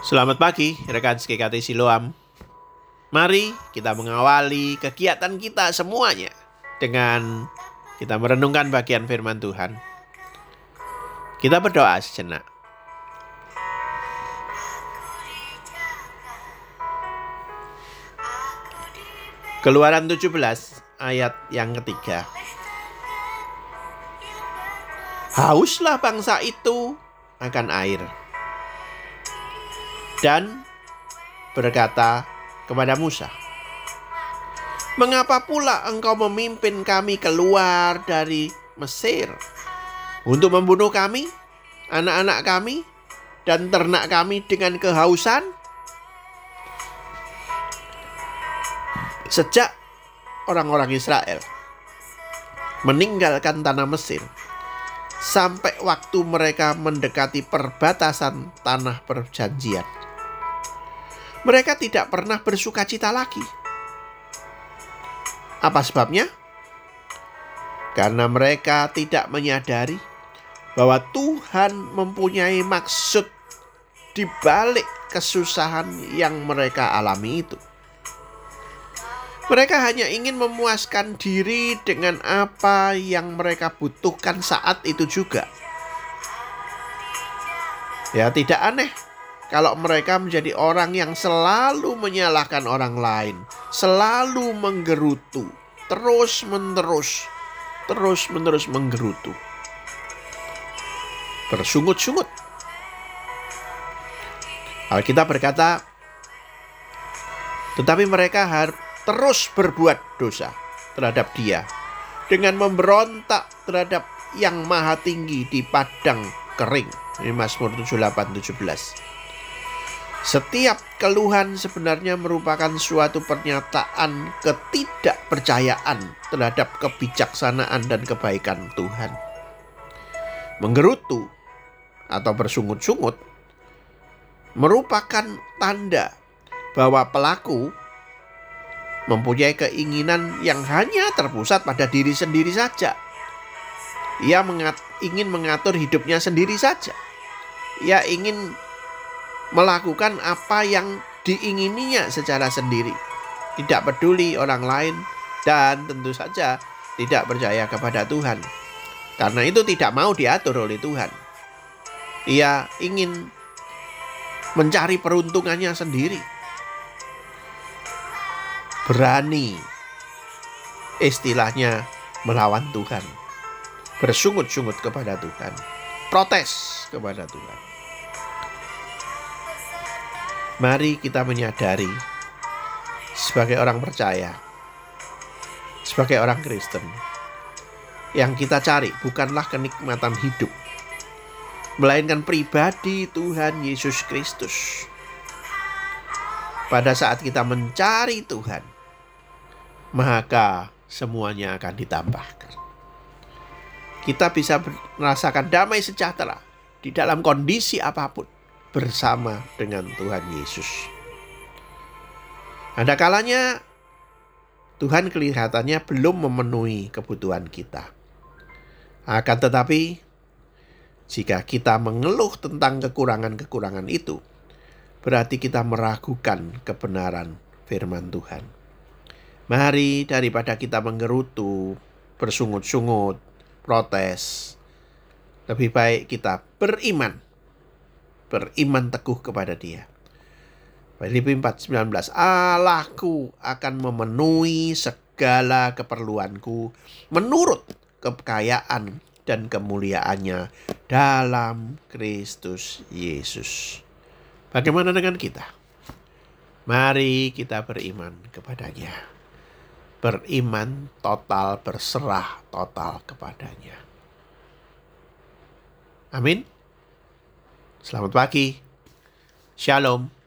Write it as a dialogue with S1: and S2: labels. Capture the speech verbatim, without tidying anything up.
S1: Selamat pagi, rekan G K T Siloam. Mari kita mengawali kegiatan kita semuanya dengan kita merenungkan bagian firman Tuhan. Kita berdoa sejenak. Keluaran tujuh belas ayat yang ketiga. Hauslah bangsa itu akan air, dan berkata kepada Musa, "Mengapa pula engkau memimpin kami keluar dari Mesir untuk membunuh kami, anak-anak kami, dan ternak kami dengan kehausan?" Sejak orang-orang Israel meninggalkan tanah Mesir sampai waktu mereka mendekati perbatasan tanah perjanjian, mereka tidak pernah bersukacita lagi. Apa sebabnya? Karena mereka tidak menyadari bahwa Tuhan mempunyai maksud di balik kesusahan yang mereka alami itu. Mereka hanya ingin memuaskan diri dengan apa yang mereka butuhkan saat itu juga. Ya, tidak aneh kalau mereka menjadi orang yang selalu menyalahkan orang lain, selalu menggerutu, terus-menerus, terus-menerus menggerutu, bersungut-sungut. Alkitab berkata, tetapi mereka harus terus berbuat dosa terhadap Dia dengan memberontak terhadap Yang Maha Tinggi di padang kering. Ini Mazmur tujuh puluh delapan tujuh belas. Setiap keluhan sebenarnya merupakan suatu pernyataan ketidakpercayaan terhadap kebijaksanaan dan kebaikan Tuhan. Menggerutu atau bersungut-sungut merupakan tanda bahwa pelaku mempunyai keinginan yang hanya terpusat pada diri sendiri saja. Ia mengat, ingin mengatur hidupnya sendiri saja. Ia ingin melakukan apa yang diingininya secara sendiri, tidak peduli orang lain, dan tentu saja tidak percaya kepada Tuhan. Karena itu tidak mau diatur oleh Tuhan. Ia ingin mencari peruntungannya sendiri. Berani, istilahnya, melawan Tuhan, bersungut-sungut kepada Tuhan, protes kepada Tuhan. Mari kita menyadari sebagai orang percaya, sebagai orang Kristen, yang kita cari bukanlah kenikmatan hidup, melainkan pribadi Tuhan Yesus Kristus. Pada saat kita mencari Tuhan, maka semuanya akan ditambahkan. Kita bisa merasakan damai sejahtera di dalam kondisi apapun bersama dengan Tuhan Yesus. Ada kalanya Tuhan kelihatannya belum memenuhi kebutuhan kita. Akan tetapi, jika kita mengeluh tentang kekurangan-kekurangan itu, berarti kita meragukan kebenaran firman Tuhan. Mari daripada kita menggerutu, bersungut-sungut, protes, lebih baik kita beriman. Beriman teguh kepada Dia. Filipi empat sembilan belas, Allahku akan memenuhi segala keperluanku menurut kekayaan dan kemuliaannya dalam Kristus Yesus. Bagaimana dengan kita? Mari kita beriman kepadanya. Beriman total, berserah total kepadanya. Amin. Selamat pagi. Shalom.